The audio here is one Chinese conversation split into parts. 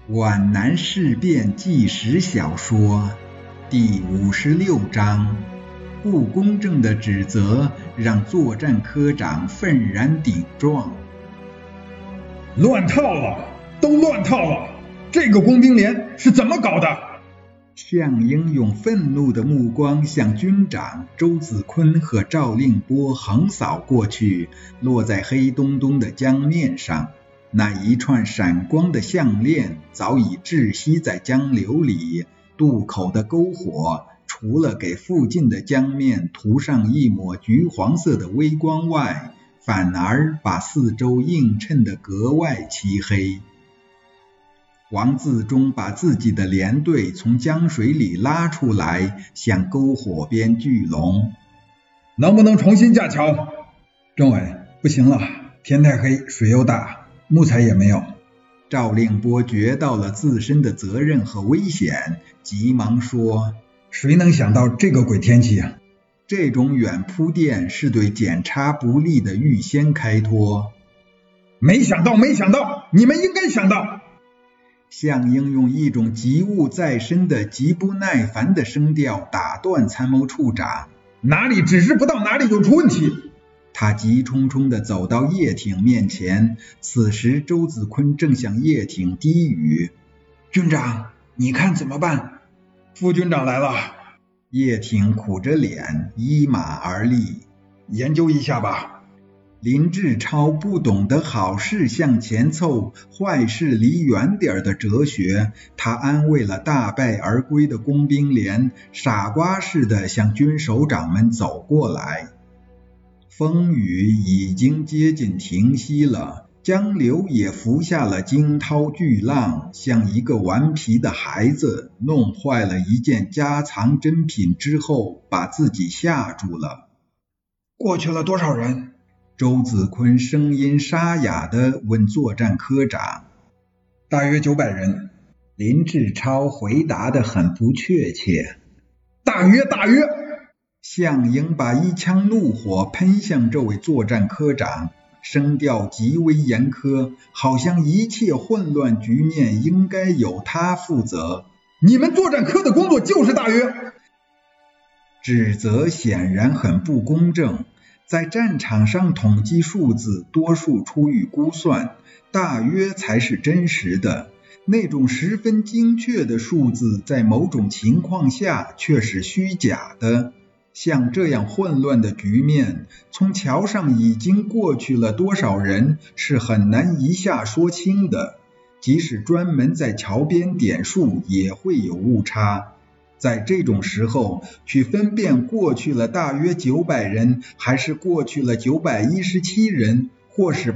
皖南事变纪实小说第56章，不公正的指责让作战科长愤然顶撞。 乱套了，都乱套了！这个工兵连是怎么搞的？ 项英用愤怒的目光向军长周子坤和赵令波横扫过去，落在黑洞洞的江面上。那一串闪光的项链早已窒息在江流里，渡口的篝火除了给附近的江面涂上一抹橘黄色的微光外，反而把四周映衬得格外漆黑。王自忠把自己的连队从江水里拉出来，向篝火边聚拢。 能不能重新架桥？ 政委，不行了，天太黑，水又大，木材也没有。 赵令波觉到了自身的责任和危险，急忙说： 谁能想到这个鬼天气啊？ 这种远铺垫是对检查不利的预先开脱。 没想到，你们应该想到。 项英用一种急务在身的极不耐烦的声调打断参谋处长： 哪里指示不到哪里就出问题。 他急冲冲地走到叶挺面前，此时周子坤正向叶挺低语： 军长，你看怎么办？ 副军长来了。 叶挺苦着脸依马而立： 研究一下吧。 林志超不懂得好事向前凑，坏事离远点的哲学，他安慰了大败而归的工兵连，傻瓜似的向军首长们走过来。风雨已经接近停息了，江流也浮下了惊涛巨浪，像一个顽皮的孩子弄坏了一件家藏珍品之后，把自己吓住了。 过去了多少人？ 周子坤声音沙哑地问作战科长。 大约900人。 林志超回答得很不确切。 大约。 项英把一腔怒火喷向这位作战科长，声调极为严苛，好像一切混乱局面应该由他负责。 你们作战科的工作就是大约。 指责显然很不公正。在战场上统计数字多数出于估算，大约才是真实的。那种十分精确的数字在某种情况下却是虚假的。像这样混乱的局面，从桥上已经过去了多少人是很难一下说清的，即使专门在桥边点数也会有误差。在这种时候去分辨过去了大约900人，还是过去了917人，或是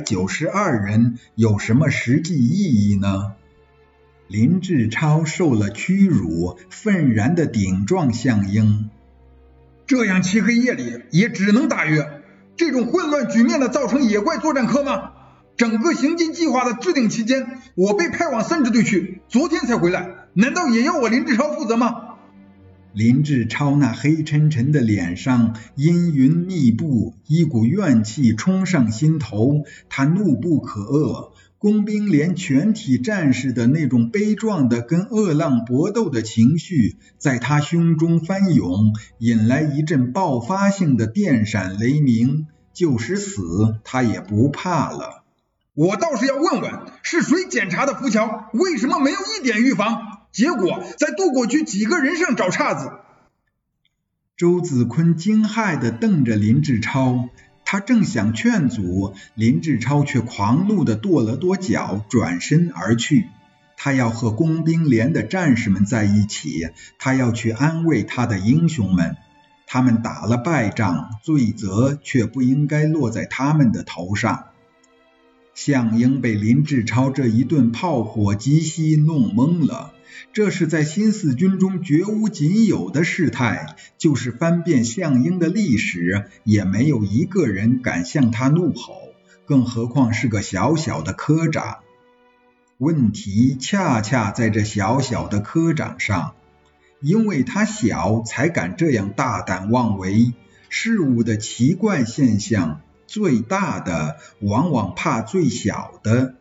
892人，有什么实际意义呢？林志超受了屈辱，愤然地顶撞项英。 这样漆黑夜里也只能大约。这种混乱局面的造成也怪作战科吗？整个行进计划的制定期间，我被派往3支队去，昨天才回来，难道也要我林志超负责吗？ 林志超那黑沉沉的脸上阴云密布，一股怨气冲上心头，他怒不可遏。工兵连全体战士的那种悲壮的跟恶浪搏斗的情绪在他胸中翻涌，引来一阵爆发性的电闪雷鸣，就是死他也不怕了。 我倒是要问问，是谁检查的浮桥？为什么没有一点预防？结果在渡过区几个人上找岔子。 周子坤惊骇地瞪着林志超，他正想劝阻，林志超却狂怒地跺了跺脚，转身而去。他要和工兵连的战士们在一起，他要去安慰他的英雄们。他们打了败仗，罪责却不应该落在他们的头上。项英被林志超这一顿炮火击息弄懵了，这是在新四军中绝无仅有的事态，就是翻遍项英的历史，也没有一个人敢向他怒吼，更何况是个小小的科长。问题恰恰在这小小的科长上，因为他小才敢这样大胆妄为。事物的奇怪现象，最大的往往怕最小的，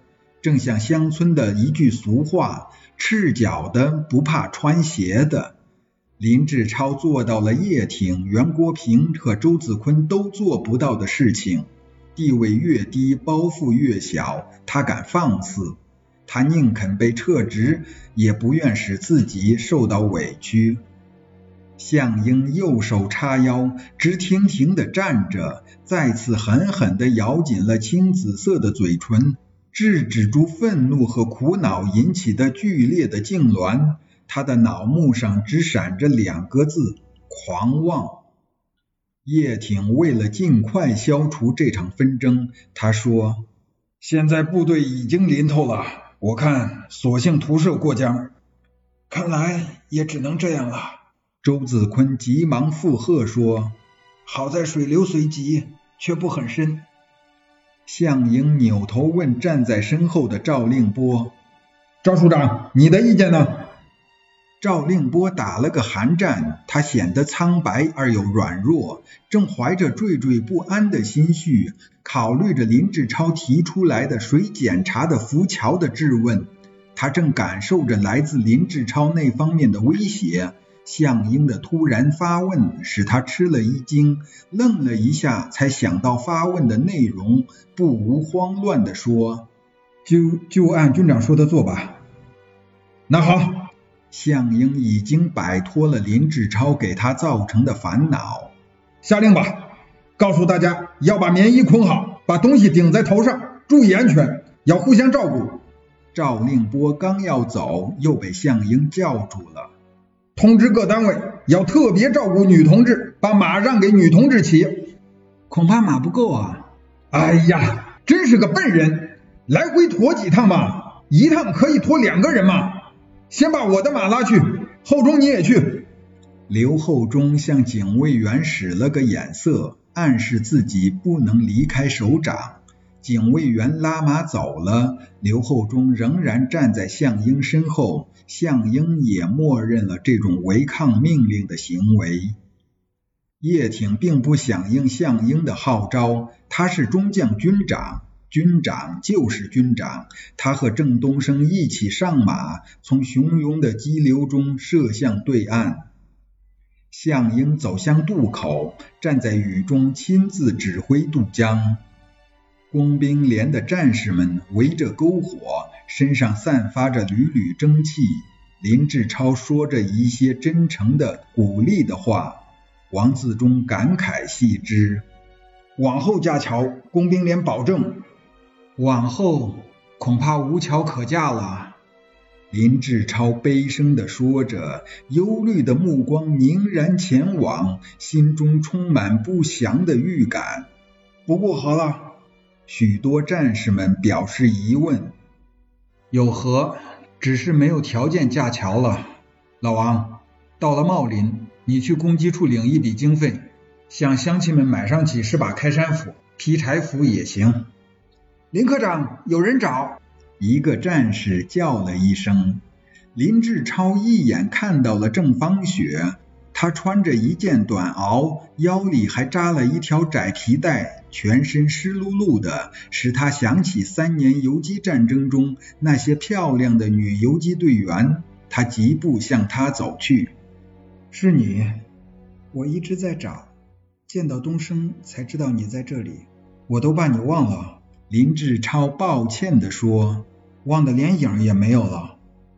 正像乡村的一句俗话，赤脚的不怕穿鞋的。林志超做到了叶挺、袁国平和周子坤都做不到的事情。地位越低，包袱越小，他敢放肆，他宁肯被撤职，也不愿使自己受到委屈。项英右手叉腰，直挺挺地站着，再次狠狠地咬紧了青紫色的嘴唇，制止住愤怒和苦恼引起的剧烈的痉挛。他的脑幕上只闪着2个字：狂妄。叶挺为了尽快消除这场纷争，他说： 现在部队已经临头了，我看索性徒涉过江。看来也只能这样了。 周子坤急忙附和说： 好在水流虽急，却不很深。 项英扭头问站在身后的赵令波： 赵处长，你的意见呢？ 赵令波打了个寒战，他显得苍白而又软弱，正怀着惴惴不安的心绪，考虑着林志超提出来的水检查的浮桥的质问。他正感受着来自林志超那方面的威胁。项英的突然发问使他吃了一惊，愣了一下，才想到发问的内容，不无慌乱地说： 就按军长说的做吧。 那好。 项英已经摆脱了林志超给他造成的烦恼。 下令吧，告诉大家要把棉衣捆好，把东西顶在头上，注意安全，要互相照顾。 赵令波刚要走，又被项英叫住了。 通知各单位要特别照顾女同志，把马让给女同志骑。 恐怕马不够啊。 哎呀，真是个笨人，来回驮几趟吧，一趟可以驮2个人嘛。先把我的马拉去，后中你也去。 刘厚忠向警卫员使了个眼色，暗示自己不能离开首长。警卫员拉马走了，刘厚忠仍然站在项英身后，项英也默认了这种违抗命令的行为。叶挺并不响应项英的号召，他是中将军长，军长就是军长，他和郑东升一起上马，从汹涌的激流中射向对岸。项英走向渡口，站在雨中亲自指挥渡江。工兵连的战士们围着篝火，身上散发着缕缕蒸汽。林志超说着一些真诚的鼓励的话，王自忠感慨系之： 往后架桥，工兵连保证。 往后恐怕无桥可架了。 林志超悲声地说着，忧虑的目光凝然前往，心中充满不祥的预感。 不过好了。 许多战士们表示疑问。 有何？只是没有条件架桥了。老王，到了茂林，你去公机处领一笔经费，向乡亲们买上几10把开山斧、劈柴斧也行。 林科长，有人找。 一个战士叫了一声。林志超一眼看到了郑芳雪，她穿着一件短袄，腰里还扎了一条窄皮带，全身湿漉漉的，使他想起3年游击战争中那些漂亮的女游击队员。他疾步向她走去。 是你？我一直在找，见到东升才知道你在这里，我都把你忘了。 林志超抱歉地说， 忘得连影也没有了。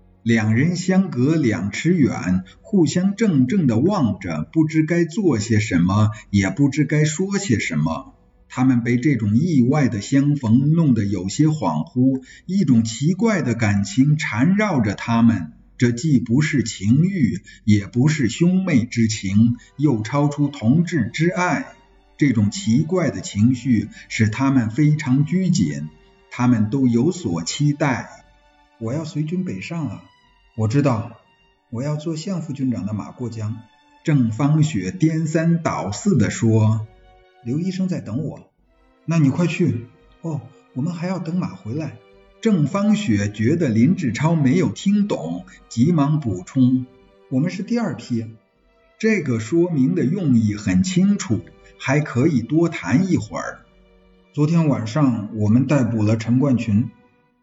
2人相隔2尺远，互相怔怔地望着，不知该做些什么，也不知该说些什么。他们被这种意外的相逢弄得有些恍惚，一种奇怪的感情缠绕着他们，这既不是情欲，也不是兄妹之情，又超出同志之爱。这种奇怪的情绪使他们非常拘谨，他们都有所期待。 我要随军北上了。我知道，我要做项副军长的马过江。 郑芳雪颠三倒四地说。 刘医生在等我。那你快去。哦，我们还要等马回来。 郑芳雪觉得林志超没有听懂，急忙补充， 我们是第2批。 这个说明的用意很清楚，还可以多谈一会儿。 昨天晚上我们逮捕了陈冠群，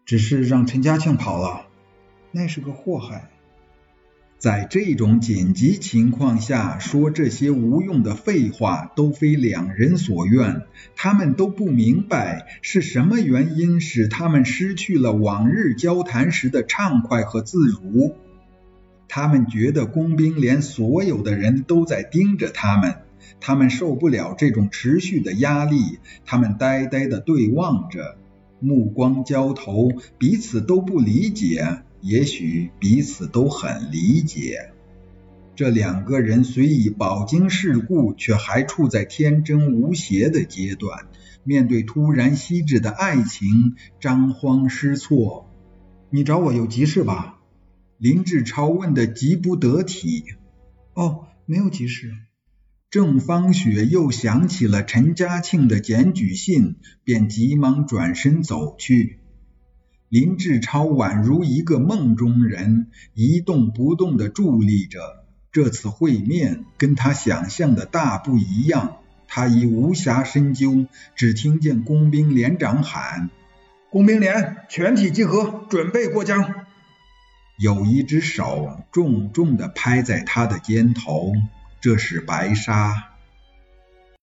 只是让陈家庆跑了，那是个祸害。 在这种紧急情况下说这些无用的废话都非两人所愿，他们都不明白是什么原因使他们失去了往日交谈时的畅快和自如。他们觉得工兵连所有的人都在盯着他们，他们受不了这种持续的压力，他们呆呆地对望着，目光交投，彼此都不理解，也许彼此都很理解。这两个人虽已饱经世故，却还处在天真无邪的阶段，面对突然熄止的爱情，张慌失措。 你找我有急事吧？ 林志超问得极不得体。 哦，没有急事。 郑芳雪又想起了陈家庆的检举信，便急忙转身走去。林志超宛如一个梦中人，一动不动地伫立着。这次会面跟他想象的大不一样，他已无暇深究，只听见工兵连长喊： 工兵连，全体集合，准备过江。 有一只手重重地拍在他的肩头，这是白沙。